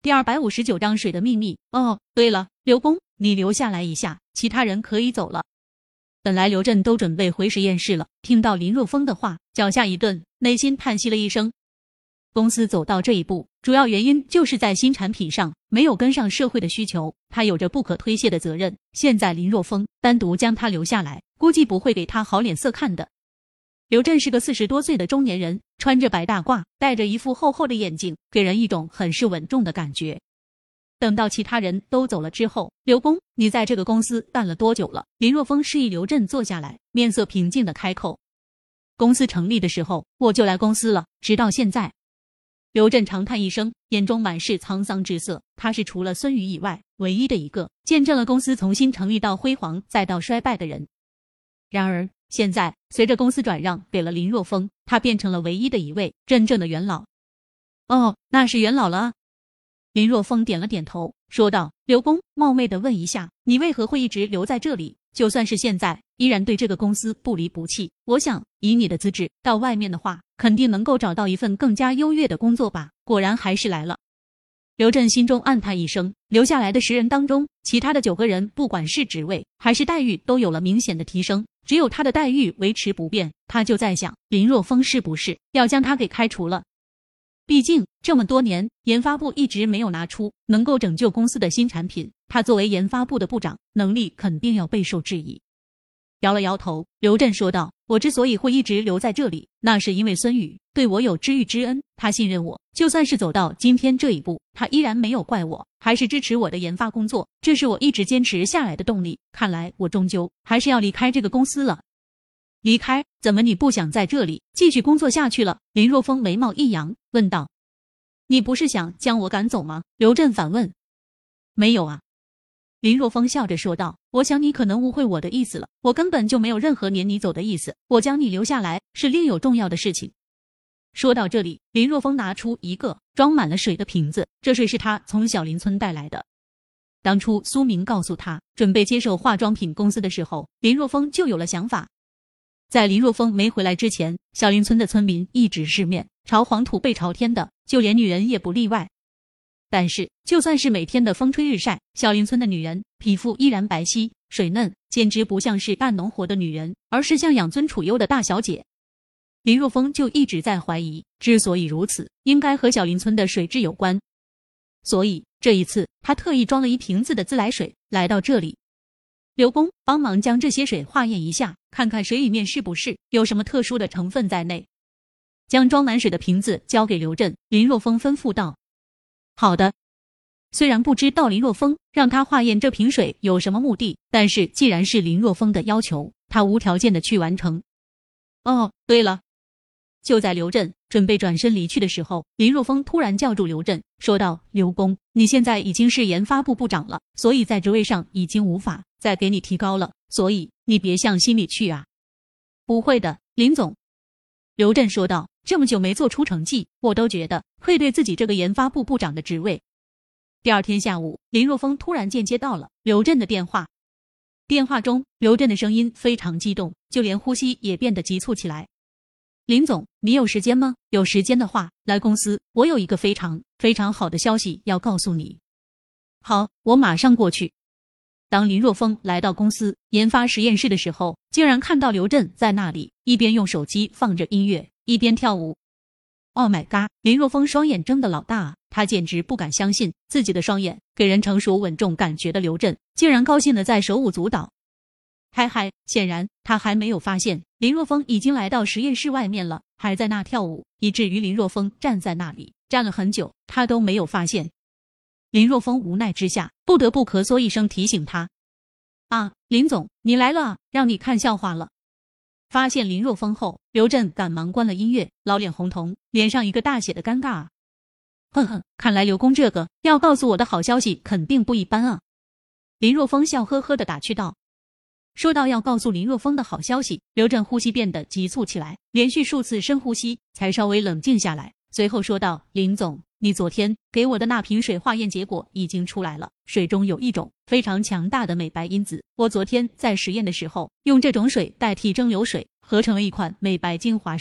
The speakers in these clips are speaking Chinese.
第259章水的秘密。哦，对了，刘工，你留下来一下，其他人可以走了。本来刘震都准备回实验室了，听到林若风的话，脚下一顿，内心叹息了一声。公司走到这一步，主要原因就是在新产品上没有跟上社会的需求，他有着不可推卸的责任。现在林若风单独将他留下来，估计不会给他好脸色看的。刘震是个40多岁的中年人，穿着白大褂，戴着一副厚厚的眼镜，给人一种很是稳重的感觉。等到其他人都走了之后，刘工，你在这个公司干了多久了？林若风示意刘震坐下来，面色平静地开口。公司成立的时候，我就来公司了，直到现在。刘震长叹一声，眼中满是沧桑之色。他是除了孙宇以外，唯一的一个见证了公司从新成立到辉煌再到衰败的人。然而，现在随着公司转让给了林若风，他变成了唯一的一位真正的元老。哦，那是元老了啊。林若风点了点头，说道：刘工，冒昧地问一下，你为何会一直留在这里？就算是现在，依然对这个公司不离不弃。我想，以你的资质，到外面的话，肯定能够找到一份更加优越的工作吧。果然还是来了。刘震心中暗叹一声，留下来的10人当中，其他的9个人不管是职位还是待遇都有了明显的提升，只有他的待遇维持不变。他就在想，林若风是不是要将他给开除了？毕竟这么多年，研发部一直没有拿出能够拯救公司的新产品，他作为研发部的部长，能力肯定要备受质疑。摇了摇头，刘震说道：我之所以会一直留在这里，那是因为孙宇对我有知遇之恩，他信任我，就算是走到今天这一步，他依然没有怪我，还是支持我的研发工作，这是我一直坚持下来的动力。看来我终究还是要离开这个公司了。离开？怎么你不想在这里继续工作下去了？林若风眉毛一扬，问道。你不是想将我赶走吗？刘震反问。没有啊。林若风笑着说道，我想你可能误会我的意思了，我根本就没有任何撵你走的意思，我将你留下来是另有重要的事情。说到这里，林若风拿出一个装满了水的瓶子，这水是他从小林村带来的。当初苏明告诉他准备接手化妆品公司的时候，林若风就有了想法。在林若风没回来之前，小林村的村民一直是面朝黄土背朝天的，就连女人也不例外。但是就算是每天的风吹日晒，小林村的女人皮肤依然白皙水嫩，简直不像是干农活的女人，而是像养尊处优的大小姐。林若风就一直在怀疑，之所以如此，应该和小林村的水质有关。所以这一次他特意装了一瓶子的自来水来到这里。刘工，帮忙将这些水化验一下，看看水里面是不是有什么特殊的成分在内。将装满水的瓶子交给刘震，林若风吩咐道。好的。虽然不知道林若风让他化验这瓶水有什么目的，但是既然是林若风的要求，他无条件的去完成。哦，对了。就在刘震准备转身离去的时候，林若风突然叫住刘震，说道：刘工，你现在已经是研发部部长了，所以在职位上已经无法再给你提高了，所以你别向心里去啊。不会的，林总。刘震说道，这么久没做出成绩，我都觉得愧对自己这个研发部部长的职位。第二天下午，林若风突然间接到了刘震的电话。电话中，刘震的声音非常激动，就连呼吸也变得急促起来。林总，你有时间吗？有时间的话，来公司，我有一个非常好的消息要告诉你。好，我马上过去。当林若风来到公司研发实验室的时候，竟然看到刘震在那里一边用手机放着音乐，一边跳舞。Oh my god！ 林若风双眼睁得老大啊，他简直不敢相信自己的双眼，给人成熟稳重感觉的刘震竟然高兴地在手舞足蹈。嗨，显然他还没有发现林若风已经来到实验室外面了，还在那跳舞，以至于林若风站在那里站了很久，他都没有发现。林若风无奈之下不得不咳嗽一声提醒他。啊，林总，你来了啊，让你看笑话了。发现林若风后，刘震赶忙关了音乐，老脸红彤，脸上一个大写的尴尬啊。看来刘工这个要告诉我的好消息肯定不一般啊。林若风笑呵呵地打趣道。说到要告诉林若风的好消息，刘震呼吸变得急促起来，连续数次深呼吸才稍微冷静下来，随后说道：林总，你昨天给我的那瓶水化验结果已经出来了，水中有一种非常强大的美白因子，我昨天在实验的时候用这种水代替蒸馏水，合成了一款美白精华霜，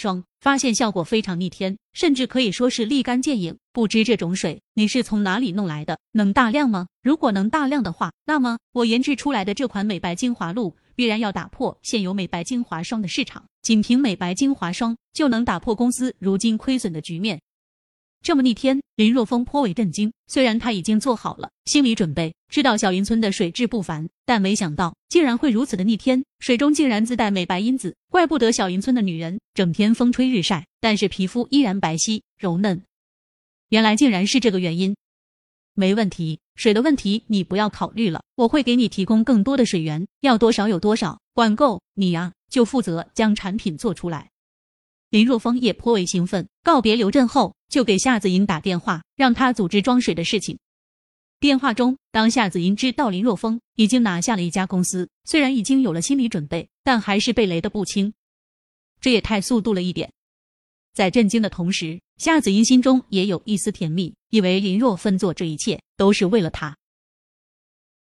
发现效果非常逆天，甚至可以说是立竿见影。不知这种水你是从哪里弄来的？能大量吗？如果能大量的话，那么我研制出来的这款美白精华露必然要打破现有美白精华霜的市场，仅凭美白精华霜就能打破公司如今亏损的局面。这么逆天，林若风颇为震惊。虽然他已经做好了心理准备，知道小云村的水质不凡，但没想到竟然会如此的逆天，水中竟然自带美白因子，怪不得小云村的女人整天风吹日晒，但是皮肤依然白皙柔嫩。原来竟然是这个原因。没问题，水的问题你不要考虑了，我会给你提供更多的水源，要多少有多少，管够，你呀就负责将产品做出来。林若风也颇为兴奋，告别刘震后就给夏子莹打电话，让他组织装水的事情。电话中，当夏子莹知道林若风已经拿下了一家公司，虽然已经有了心理准备，但还是被雷得不轻。这也太速度了一点。在震惊的同时，夏子莹心中也有一丝甜蜜，以为林若风做这一切都是为了他。